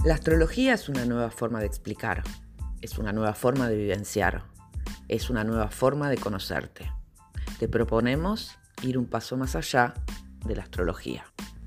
La astrología es una nueva forma de explicar, es una nueva forma de vivenciar, es una nueva forma de conocerte. Te proponemos ir un paso más allá de la astrología.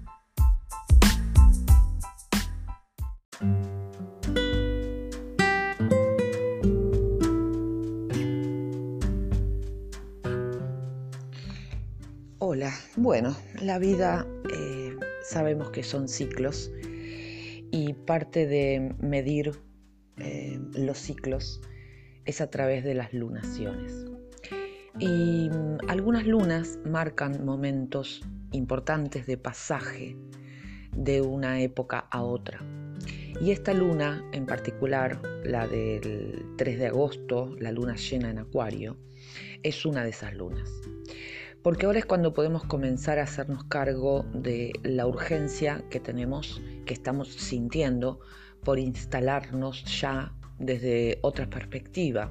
Hola, bueno, la vida sabemos que son ciclos y parte de medir los ciclos es a través de las lunaciones. Y algunas lunas marcan momentos importantes de pasaje de una época a otra. Y esta luna en particular, la del 3 de agosto, la luna llena en Acuario, es una de esas lunas. Porque ahora es cuando podemos comenzar a hacernos cargo de la urgencia que tenemos, que estamos sintiendo por instalarnos ya desde otra perspectiva.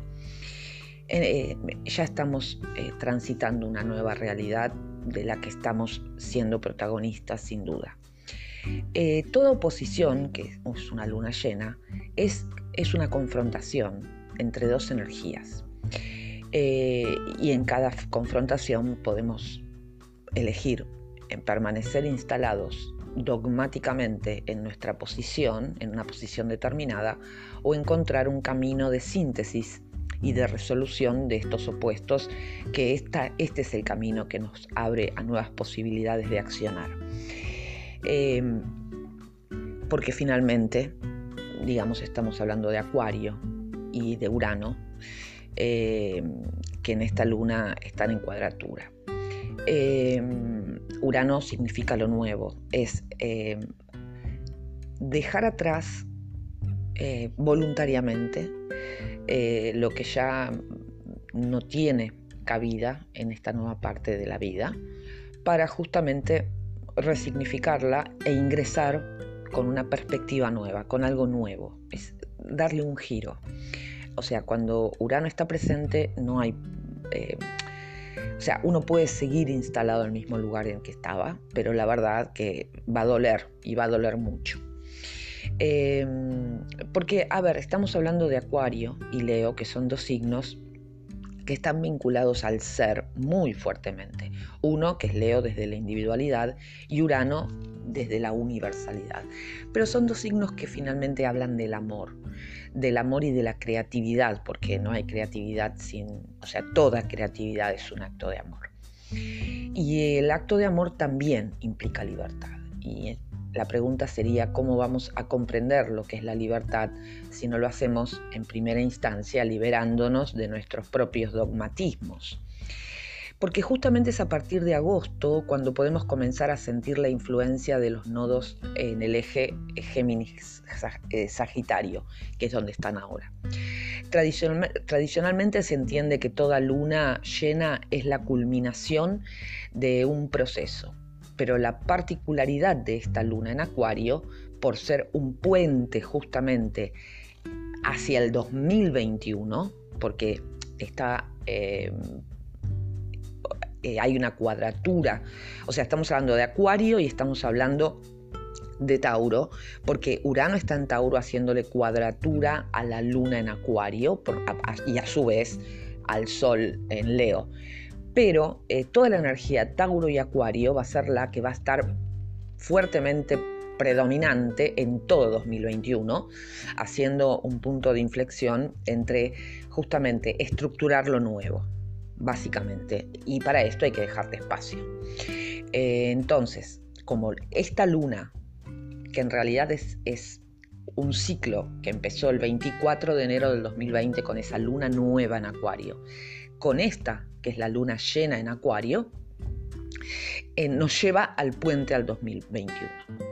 Ya estamos transitando una nueva realidad de la que estamos siendo protagonistas sin duda. Toda oposición, que es una luna llena, es una confrontación entre dos energías. Y en cada confrontación podemos elegir en permanecer instalados dogmáticamente en nuestra posición, en una posición determinada, o encontrar un camino de síntesis y de resolución de estos opuestos, que este es el camino que nos abre a nuevas posibilidades de accionar. Porque finalmente, digamos, estamos hablando de Acuario y de Urano, que en esta luna están en cuadratura. Urano significa lo nuevo, es dejar atrás voluntariamente lo que ya no tiene cabida en esta nueva parte de la vida, para justamente resignificarla e ingresar con una perspectiva nueva, con algo nuevo, es darle un giro. O sea, cuando Urano está presente no hay... uno puede seguir instalado en el mismo lugar en que estaba, pero la verdad que va a doler y va a doler mucho. Porque, estamos hablando de Acuario y Leo, que son dos signos que están vinculados al ser muy fuertemente. Uno, que es Leo desde la individualidad, y Urano desde la universalidad. Pero son dos signos que finalmente hablan del amor y de la creatividad, porque no hay creatividad toda creatividad es un acto de amor. Y el acto de amor también implica libertad. Y la pregunta sería, ¿cómo vamos a comprender lo que es la libertad si no lo hacemos en primera instancia liberándonos de nuestros propios dogmatismos? Porque justamente es a partir de agosto cuando podemos comenzar a sentir la influencia de los nodos en el eje Géminis-Sagitario, que es donde están ahora. Tradicionalmente se entiende que toda luna llena es la culminación de un proceso, pero la particularidad de esta luna en Acuario, por ser un puente justamente hacia el 2021, porque hay una cuadratura, estamos hablando de Acuario y estamos hablando de Tauro, porque Urano está en Tauro haciéndole cuadratura a la luna en Acuario y a su vez al Sol en Leo. Pero toda la energía Tauro y Acuario va a ser la que va a estar fuertemente predominante en todo 2021, haciendo un punto de inflexión entre justamente estructurar lo nuevo, básicamente, y para esto hay que dejarte espacio. Entonces, como esta luna, que en realidad es un ciclo que empezó el 24 de enero del 2020 con esa luna nueva en Acuario, con esta, que es la luna llena en Acuario, nos lleva al puente al 2021.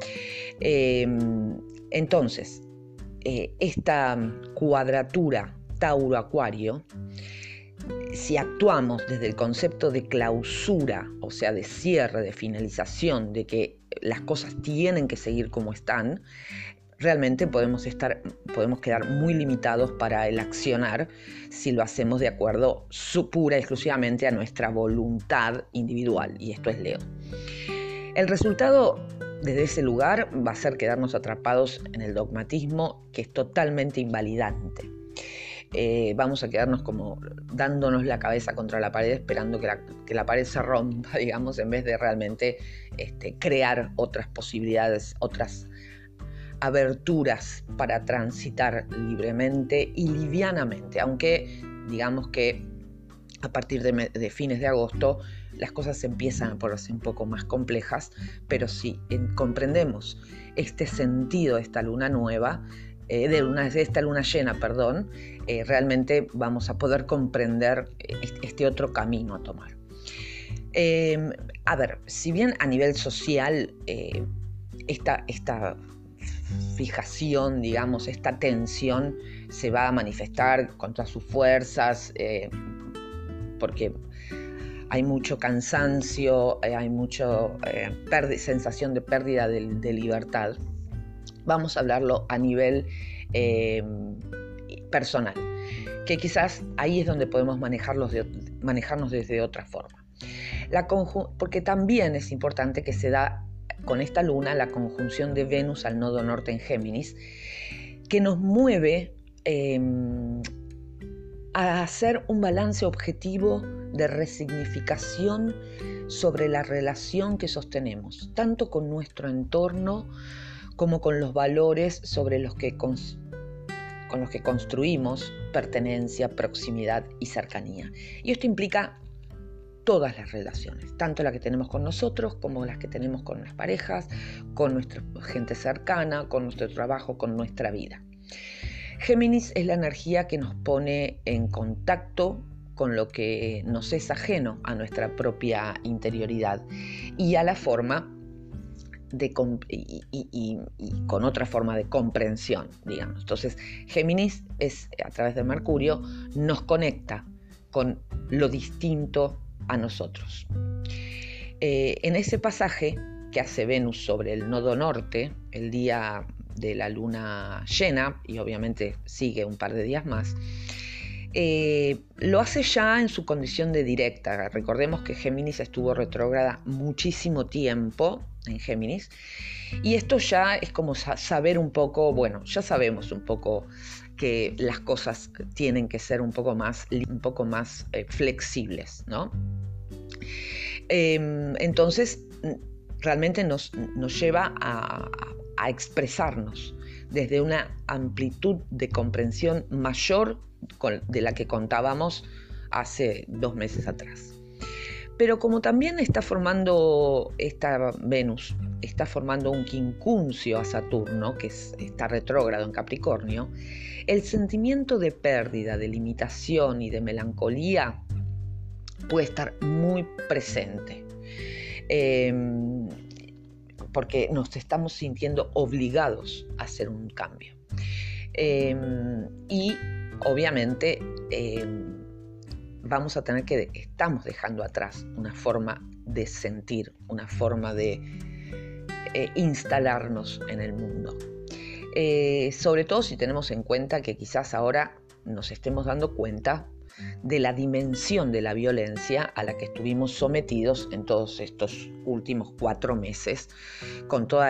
Entonces, esta cuadratura Tauro-Acuario, si actuamos desde el concepto de clausura, o sea, de cierre, de finalización, de que las cosas tienen que seguir como están, realmente podemos quedar muy limitados para el accionar si lo hacemos de acuerdo pura y exclusivamente a nuestra voluntad individual, y esto es Leo. El resultado desde ese lugar va a ser quedarnos atrapados en el dogmatismo, que es totalmente invalidante. Vamos a quedarnos como dándonos la cabeza contra la pared, esperando que la pared se rompa, digamos, en vez de realmente crear otras posibilidades, otras aberturas para transitar libremente y livianamente, aunque digamos que a partir de fines de agosto las cosas empiezan a ponerse un poco más complejas, pero si comprendemos este sentido de esta luna nueva, de esta luna llena, realmente vamos a poder comprender este otro camino a tomar. Si bien a nivel social esta fijación, digamos, esta tensión se va a manifestar con todas sus fuerzas, porque hay mucho cansancio, hay mucha sensación de pérdida de libertad. Vamos a hablarlo a nivel personal, que quizás ahí es donde podemos manejarnos desde otra forma. Porque también es importante que se da con esta luna la conjunción de Venus al nodo norte en Géminis, que nos mueve a hacer un balance objetivo de resignificación sobre la relación que sostenemos, tanto con nuestro entorno como con los valores con los que construimos pertenencia, proximidad y cercanía. Y esto implica todas las relaciones, tanto las que tenemos con nosotros como las que tenemos con las parejas, con nuestra gente cercana, con nuestro trabajo, con nuestra vida. Géminis es la energía que nos pone en contacto con lo que nos es ajeno a nuestra propia interioridad y a la forma y con otra forma de comprensión, digamos. Entonces, Géminis a través de Mercurio, nos conecta con lo distinto a nosotros. En ese pasaje que hace Venus sobre el nodo norte, el día de la luna llena, y obviamente sigue un par de días más, lo hace ya en su condición de directa. Recordemos que Géminis estuvo retrógrada muchísimo tiempo en Géminis, y esto ya es como saber un poco, bueno, ya sabemos un poco que las cosas tienen que ser un poco más flexibles, ¿no? Entonces, realmente nos lleva a expresarnos desde una amplitud de comprensión mayor de la que contábamos hace 2 meses atrás. Pero como también esta Venus está formando un quincuncio a Saturno, que está retrógrado en Capricornio, el sentimiento de pérdida, de limitación y de melancolía puede estar muy presente, porque nos estamos sintiendo obligados a hacer un cambio. Y obviamente estamos dejando atrás una forma de sentir, una forma de instalarnos en el mundo. Sobre todo si tenemos en cuenta que quizás ahora nos estemos dando cuenta de la dimensión de la violencia a la que estuvimos sometidos en todos estos últimos 4 meses, con toda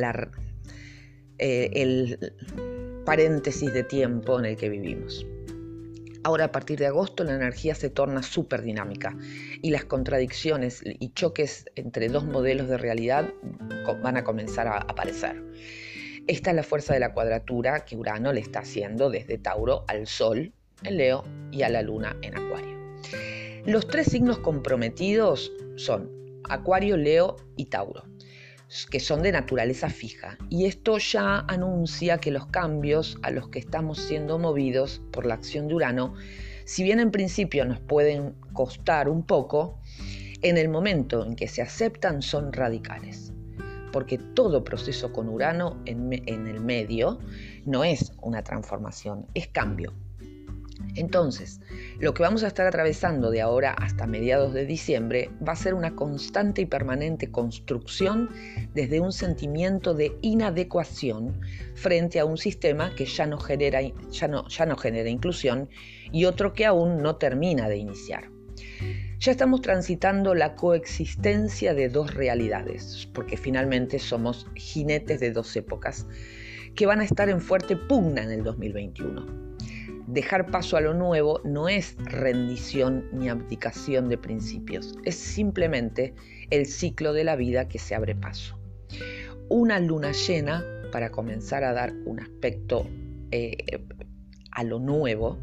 el paréntesis de tiempo en el que vivimos. Ahora, a partir de agosto, la energía se torna súper dinámica y las contradicciones y choques entre 2 modelos de realidad van a comenzar a aparecer. Esta es la fuerza de la cuadratura que Urano le está haciendo desde Tauro al Sol en Leo y a la Luna en Acuario. Los 3 signos comprometidos son Acuario, Leo y Tauro, que son de naturaleza fija, y esto ya anuncia que los cambios a los que estamos siendo movidos por la acción de Urano, si bien en principio nos pueden costar un poco, en el momento en que se aceptan son radicales, porque todo proceso con Urano en el medio no es una transformación, es cambio. Entonces, lo que vamos a estar atravesando de ahora hasta mediados de diciembre va a ser una constante y permanente construcción desde un sentimiento de inadecuación frente a un sistema que ya no genera inclusión y otro que aún no termina de iniciar. Ya estamos transitando la coexistencia de dos realidades, porque finalmente somos jinetes de dos épocas que van a estar en fuerte pugna en el 2021. Dejar paso a lo nuevo no es rendición ni abdicación de principios, es simplemente el ciclo de la vida que se abre paso. Una luna llena, para comenzar a dar un aspecto a lo nuevo,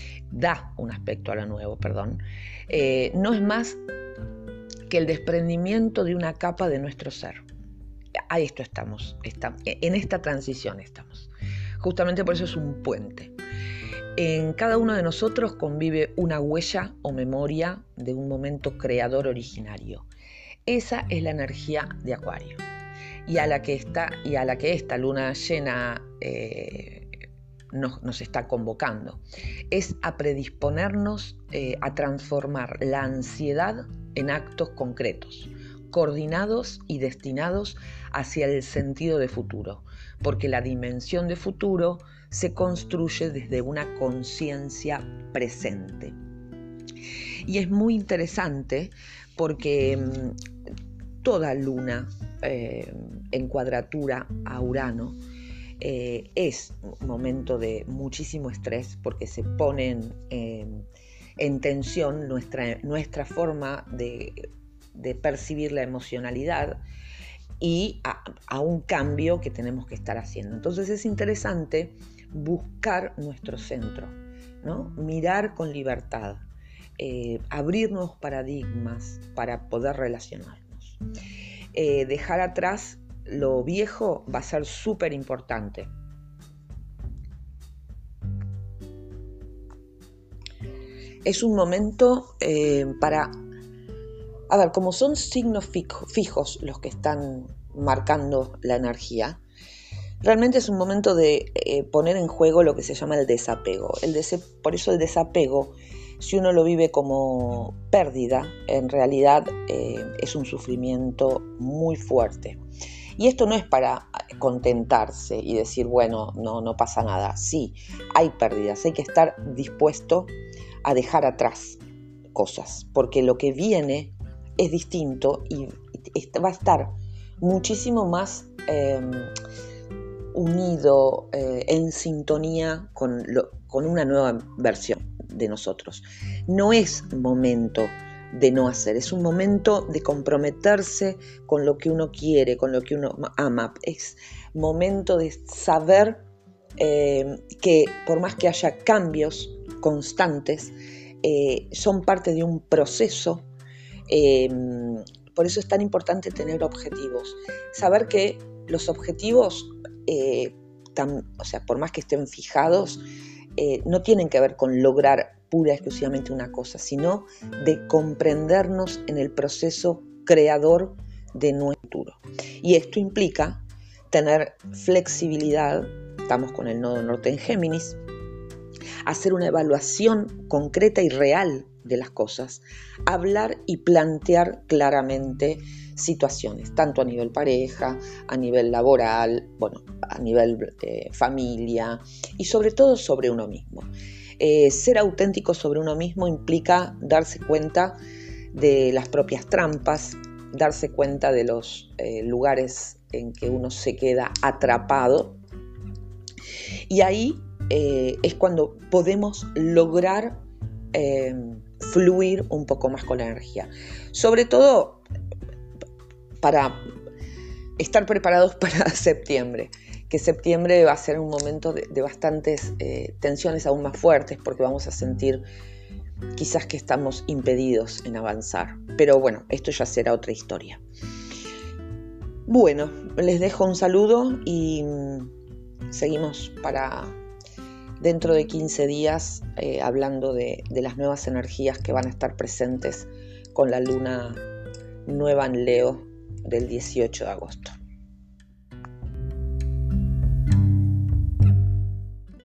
no es más que el desprendimiento de una capa de nuestro ser. A esto estamos, en esta transición estamos. Justamente por eso es un puente. En cada uno de nosotros convive una huella o memoria de un momento creador originario. Esa es la energía de Acuario. Y a la que esta luna llena nos está convocando. Es a predisponernos a transformar la ansiedad en actos concretos, coordinados y destinados hacia el sentido de futuro, porque la dimensión de futuro se construye desde una conciencia presente. Y es muy interesante porque toda luna en cuadratura a Urano es un momento de muchísimo estrés porque se ponen en tensión nuestra forma de percibir la emocionalidad y a un cambio que tenemos que estar haciendo. Entonces es interesante buscar nuestro centro, ¿no? Mirar con libertad, abrir nuevos paradigmas para poder relacionarnos. Dejar atrás lo viejo va a ser súper importante. Es un momento para... A ver, como son signos fijos los que están marcando la energía, realmente es un momento de poner en juego lo que se llama el desapego. Por eso el desapego, si uno lo vive como pérdida, en realidad es un sufrimiento muy fuerte. Y esto no es para contentarse y decir, bueno, no pasa nada. Sí, hay pérdidas, hay que estar dispuesto a dejar atrás cosas, porque lo que viene es distinto y va a estar muchísimo más unido, en sintonía con una nueva versión de nosotros. No es momento de no hacer, es un momento de comprometerse con lo que uno quiere, con lo que uno ama. Es momento de saber que por más que haya cambios constantes, son parte de un proceso. Por eso es tan importante tener objetivos. Saber que los objetivos, por más que estén fijados, no tienen que ver con lograr pura y exclusivamente una cosa, sino de comprendernos en el proceso creador de nuestro futuro. Y esto implica tener flexibilidad, estamos con el nodo norte en Géminis, hacer una evaluación concreta y real de las cosas, hablar y plantear claramente situaciones, tanto a nivel pareja, a nivel laboral, a nivel familia y sobre todo sobre uno mismo. Ser auténtico sobre uno mismo implica darse cuenta de las propias trampas, darse cuenta de los lugares en que uno se queda atrapado, y ahí es cuando podemos lograr fluir un poco más con la energía. Sobre todo para estar preparados para septiembre, que septiembre va a ser un momento de bastantes tensiones aún más fuertes, porque vamos a sentir quizás que estamos impedidos en avanzar. Pero bueno, esto ya será otra historia. Bueno, les dejo un saludo y seguimos para dentro de 15 días hablando de las nuevas energías que van a estar presentes con la luna nueva en Leo del 18 de agosto.